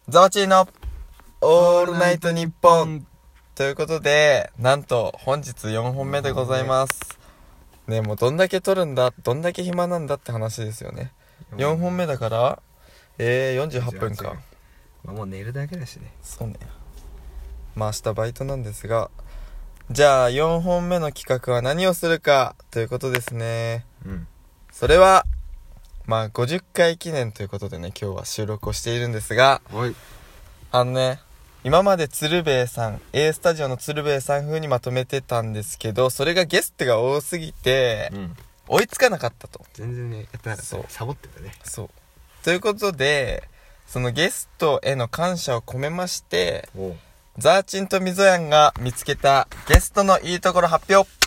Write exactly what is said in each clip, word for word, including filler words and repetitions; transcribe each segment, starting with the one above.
ザワチーのオールナイトニッポンということで、なんと本日よんほんめでございますね。もうどんだけ撮るんだ、どんだけ暇なんだって話ですよね。よんほんめだからえー、よんじゅうはっぷんか。 まあ、もう寝るだけだしね。 そうね。まあ明日バイトなんですが、じゃあよんほんめの企画は何をするかということですね。 うんそれはまあごじゅっかい記念ということでね、今日は収録をしているんですが、 はいあのね、今まで鶴瓶さん A スタジオの鶴瓶さん風にまとめてたんですけど、それがゲストが多すぎて、 うん追いつかなかったと。 全然ねやってなかった。 そうサボってたね。 そうということで、そのゲストへの感謝を込めまして、 おうザーチンとミゾヤンが見つけたゲストのいいところ発表。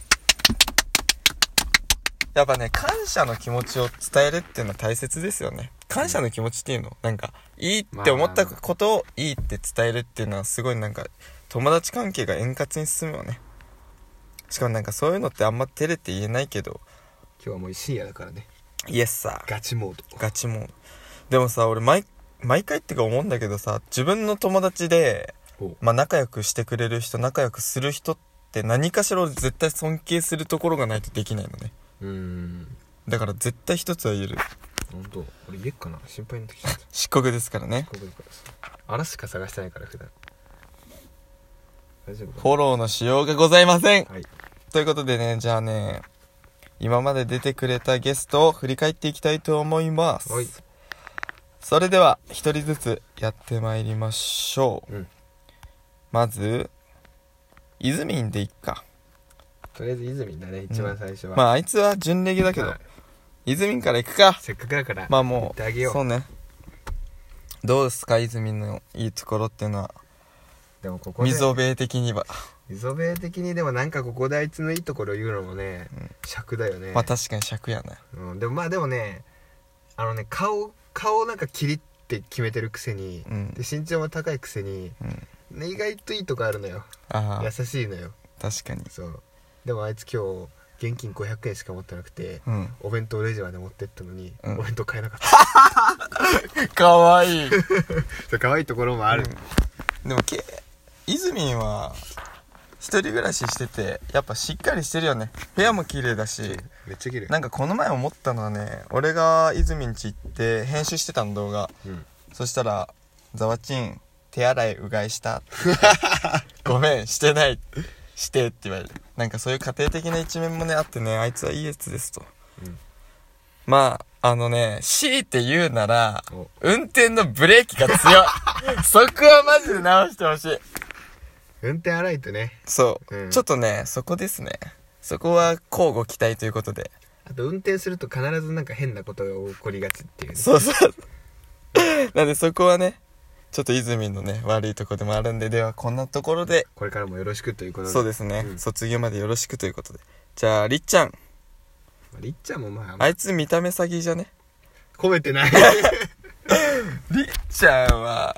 やっぱね、感謝の気持ちを伝えるっていうのは大切ですよね。感謝の気持ちっていうの、なんかいいって思ったことをいいって伝えるっていうのはすごいなんか友達関係が円滑に進むよね。しかもなんかそういうのってあんま照れて言えないけど、 今日はもう深夜だからね。 イエスさガチモード。 ガチもん。でもさ、俺毎毎回ってか思うんだけどさ、自分の友達でおうまあ仲良くしてくれる人、仲良くする人って何かしら絶対尊敬するところがないとできないのね。 うーんだから絶対一つは言える。 ほんと俺家かな心配になってきちゃった。 漆黒ですからね。 ここでからさあらしか探してないから普段。大丈夫かフォローのしようがございません。 な。はいということでね、じゃあね、今まで出てくれたゲストを振り返っていきたいと思います。 はいそれでは一人ずつやってまいりましょう。 うんまずイズミンでいっか。 とりあえず泉だね一番最初は。 まああいつは準レギュだけど、 はいイズミンからいくか。 せっかくだからまあも言ってあげよう。 うそうね。どうですか、イズミンのいいところっていうのは。 でもここで溝兵衛的には溝兵衛的にでもなんかここであいつのいいところを言うのもね、 うん尺だよね。 まあ確かに尺やな。 うん、でもまあでもねあのね顔顔なんかキリって決めてるくせに、 うんで身長も高いくせに、 うん。 ね、意外といいとこあるのよ。 あ優しいのよ。 あ確かに。 そうでもあいつ今日現金ごひゃくえんしか持ってなくて、 うん。 お弁当レジまで持ってったのに、 うんお弁当買えなかったかわいい。 そう可愛いところもある、 でもけイズミンは一人暮らししててやっぱしっかりしてるよね。部屋も綺麗だし、 めっちゃ綺麗。 なんかこの前思ったのはね、俺がイズミン家行って編集してたの動画、 うんそしたらザワチン手洗いうがいしたごめんしてないしてって言われる。なんかそういう家庭的な一面もねあってね、あいつはいいやつですと。 うんまああのね、強いて言うならお運転のブレーキが強いそこはマジで直してほしい。 運転荒いとね。 そう、 うんちょっとねそこですね。そこは交互期待ということで。 あと運転すると必ずなんか変なことが起こりがちっていうね。 そうそうなんでそこはねちょっとイズミンのね悪いとこでもあるんで、ではこんなところで、 これからもよろしくということで。 そうですね、 うん卒業までよろしくということで。じゃありっちゃん、 まありっちゃんもまあ、 あいつ見た目詐欺じゃね。 込めてないりっちゃんは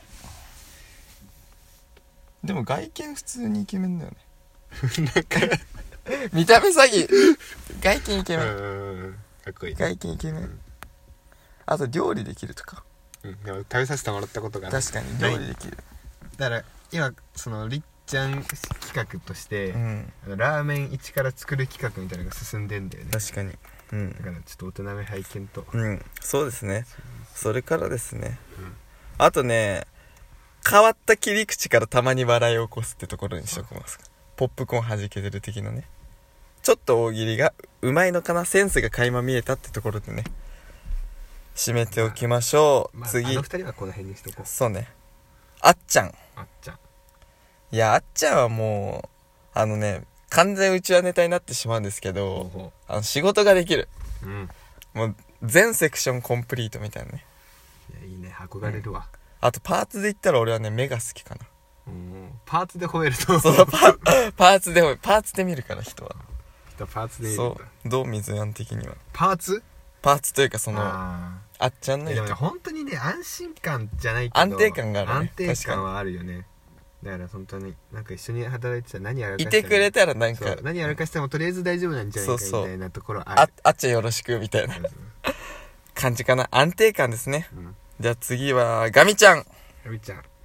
でも外見普通にイケメンだよねなんか見た目詐欺外見イケメン、 うんかっこいい、 外見イケメン、 うんあと料理できるとか。 うん、でも食べさせてもらったことがない。 確かに料理できる。 だから今そのりっちゃん企画として、 うんあのラーメン一から作る企画みたいなのが進んでんだよね。 確かに。うんだからちょっと大人め拝見と、 うんそうですね。それからですね、 うんあとね、変わった切り口からたまに笑いを起こすってところにしときますか。ポップコーン弾けてる的なね、ちょっと大喜利がうまいのかな、センスが垣間見えたってところでね締めておきましょう、 まあ、 次。 あの二人はこの辺にしとこう。 そうね、あっちゃん。 あっちゃんいや、あっちゃんはもうあのね、完全うちはネタになってしまうんですけど、 ほうほあの仕事ができる、 ううんもう全セクションコンプリートみたいなね。 いやいいね、憧れるわ、 あとパーツで言ったら俺はね、目が好きかな。 うん、パーツで褒めるとそうパパーツでパーツで見るから人は。 人パーツでいるんだ。 そうどう水やん的にはパーツパーツというかそのああっちゃんのいいとーでもね本当にね安心感じゃないけど安定感があるね。 安定感はあるよね。だから本当になんか一緒に働いてたら何やらかいしててくれたらなんか何やらかしてもとりあえず大丈夫なんじゃないかそうそうみたいなところある。 ああっちゃんよろしくみたいな感じかな。安定感ですね。 うんじゃあ次はガミちゃん。 ガミちゃん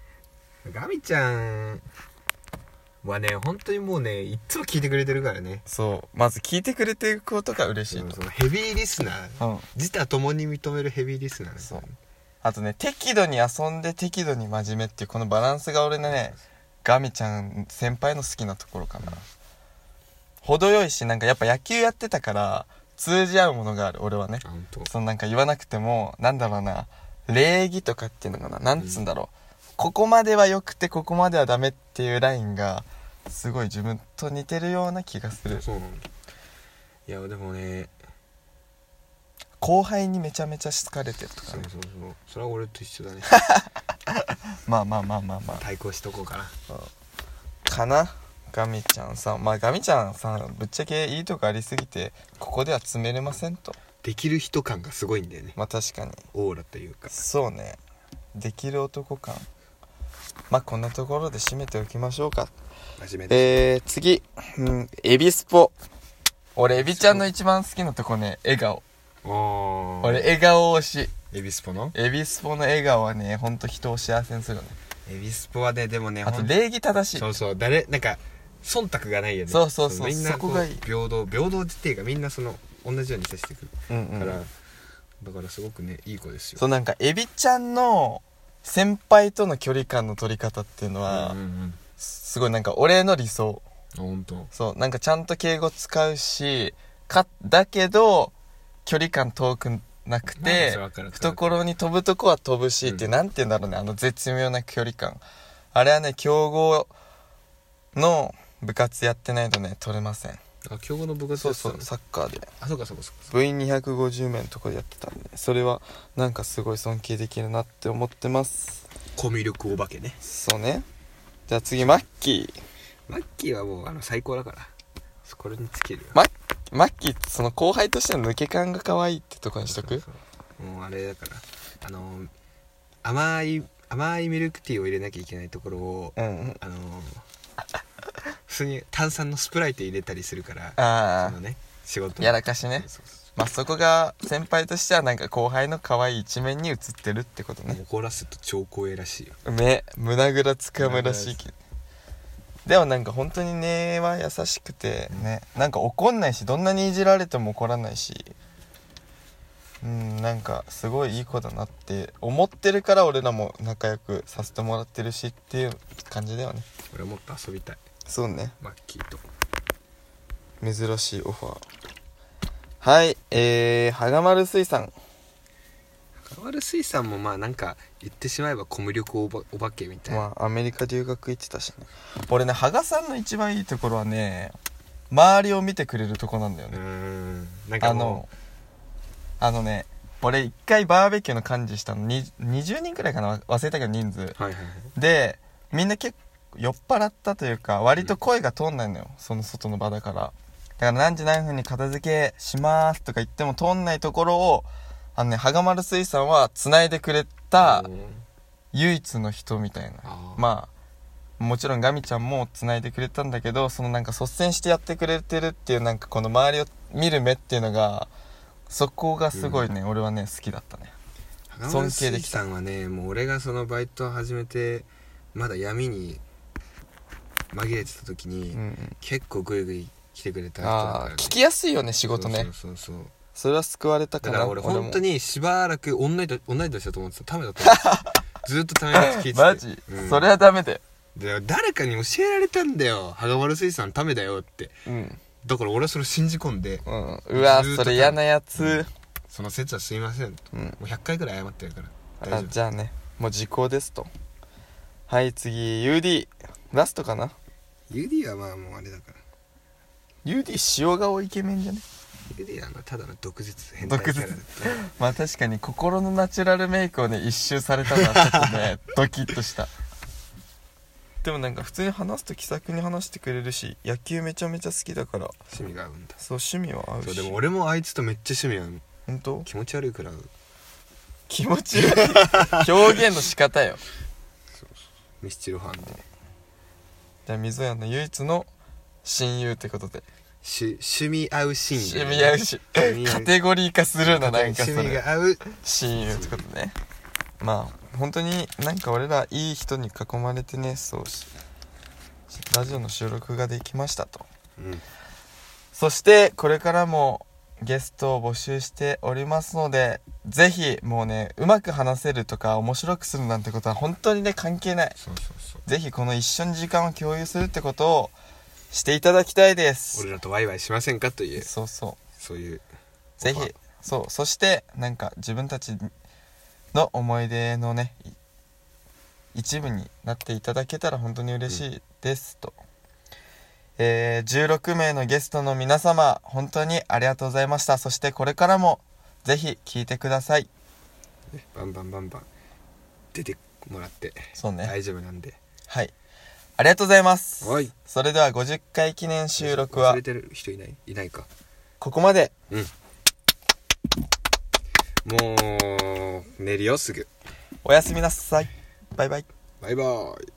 ガミちゃんはね本当にもうねいっつも聞いてくれてるからね。 そうまず聞いてくれてることが嬉しいと。 そのヘビーリスナー、 うん自他ともに認めるヘビーリスナーですそうあとね適度に遊んで適度に真面目っていうこのバランスが俺のねガミちゃん先輩の好きなところかな、うん、程よいしなんかやっぱ野球やってたから通じ合うものがある俺はね。そのなんか言わなくてもなんだろうな礼儀とかっていうのかななんつうんだろう、うん、ここまでは良くてここまではダメっていうラインがすごい自分と似てるような気がする。 そうなんだ。いやでもね後輩にめちゃめちゃ好かれてるとかね。 そうそうそうそれは俺と一緒だねまあまあまあまあまあ対抗しとこうかなかな。ガミちゃんさまあガミちゃんさぶっちゃけいいとこありすぎてここでは詰めれませんと。 できる人感がすごいんだよね。 まあ確かにオーラというかそうねできる男感。まあこんなところで締めておきましょうか。 真面目でえー、次、うん、エビスポ。俺エビちゃんの一番好きなとこね笑顔。俺笑顔推し。 エビスポのエビスポの笑顔はねほんと人を幸せにするよね。 エビスポはねでもねあと礼儀正しい。 そうそう誰なんか忖度がないよね。 そうそうそうみんなそこがいい。 平等平等っていうかみんなその同じように接してくる、 うんうん、 からだからすごくねいい子ですよ。 そうなんかエビちゃんの先輩との距離感の取り方っていうのは、 うんうんうん、 すごいなんか俺の理想。 本当そうなんかちゃんと敬語使うしかだけど距離感遠くなくて懐に飛ぶとこは飛ぶし、うん、ってなんて言うんだろうねあの絶妙な距離感。あれはね強豪の部活やってないとね取れません。 あ強豪の部活やってたの？ そうそうサッカーであそうかそうかそうかブイにひゃくごじゅう 名のとこでやってたんでそれはなんかすごい尊敬できるなって思ってます。 コミュ力お化けね。 そうね。じゃあ次マッキー。 マッキーはもうあの最高だからこれにつけるよ。 マッマッキーその後輩としての抜け感が可愛いってとこにしとく。そうそうもうあれだからあの甘い甘いミルクティーを入れなきゃいけないところを、うんうん、あの普通に炭酸のスプライト入れたりするからあそのね仕事やらかしね。そうそうそうまあそこが先輩としてはなんか後輩の可愛い一面に映ってるってことね。 怒らすと超光栄らしいよ。 目胸ぐらつかむらしいけどでもなんか本当に根は優しくてね、うん、なんか怒んないしどんなにいじられても怒らないしうんなんかすごいいい子だなって思ってるから俺らも仲良くさせてもらってるしっていう感じだよね。 俺もっと遊びたい。 そうねマッキーと珍しいオファー。はいえー羽賀丸水産。 羽賀丸水産もまあなんか言ってしまえばコミュ力おばお化けみたいな。 まあアメリカ留学行ってたしね。俺ね羽賀さんの一番いいところはね周りを見てくれるとこなんだよね。うーんなんかもうあのあのね俺一回バーベキューの幹事したのににじゅうにんくらいかな忘れたけど人数、はいはいはい、でみんな結構酔っ払ったというか割と声が通んないのよ、うん、その外の場だからだから何時何分に片付けしますとか言っても通んないところをあのね羽賀丸水産は繋いでくれた唯一の人みたいな。まあもちろんガミちゃんも繋いでくれたんだけどそのなんか率先してやってくれてるっていうなんかこの周りを見る目っていうのがそこがすごいね、うん、俺はね好きだったね。 尊敬できた。羽賀丸水産はねもう俺がそのバイトを始めてまだ闇に紛れてた時に、うん、結構グイグイ来てくれた人だから、ね、 聞きやすいよね仕事ね。 そうそうそうそうそれは救われたから。 だから俺本当にしばらく同い年同い年だと思ってた。ためだと思ってたずっとため口聞いててマジ、うん、それはダメだよ。 で誰かに教えられたんだよ羽賀丸水産ためだよって、うん、だから俺はそれ信じ込んで、 うん、うわそれ嫌なやつ、うん、 その説はすいませんと、うん、もうひゃっかいくらい謝ってるからあじゃあねもう時効ですと。はい次 ユーディー ラストかな。 ユーディー はまあもうあれだからユーディー 塩顔イケメンじゃね。 ユーディー はただの毒舌変態キャラだったまあ確かに心のナチュラルメイクをね一周されたのはちょっとねドキッとした。でもなんか普通に話すと気さくに話してくれるし野球めちゃめちゃ好きだから趣味が合うんだ。 そう趣味は合うし。 そうでも俺もあいつとめっちゃ趣味合う。 本当？ 気持ち悪いくらい合う。 気持ち悪い表現の仕方よ。そうそうミスチルファンで。 じゃあ溝谷の唯一の親友ってことでし趣味合う親友。 趣味合うしカテゴリー化するのなんかそれ趣味が合う親友ってことね。まあ本当になんか俺らいい人に囲まれてね、そうしラジオの収録ができましたと、 うん、 そしてこれからもゲストを募集しておりますので、ぜひもうね、うまく話せるとか面白くするなんてことは本当にね関係ない。 そうそうそう、 ぜひこの一緒に時間を共有するってことをしていただきたいです。 俺らとワイワイしませんかという、 そうそうそういう、 ぜひそう、そしてなんか自分たちの思い出のね一部になっていただけたら本当に嬉しいです、うん、と、えー、じゅうろくめいのゲストの皆様本当にありがとうございました。そしてこれからもぜひ聞いてください。 バンバンバンバン出てもらって、 そうね、 大丈夫なんで、はい、 ありがとうございます。 はい、 それではごじゅっかい記念収録は忘れてる人いないいないか、 ここまで。 うん、もう寝るよすぐ。 おやすみなさい。バイバイ。 バイバイ。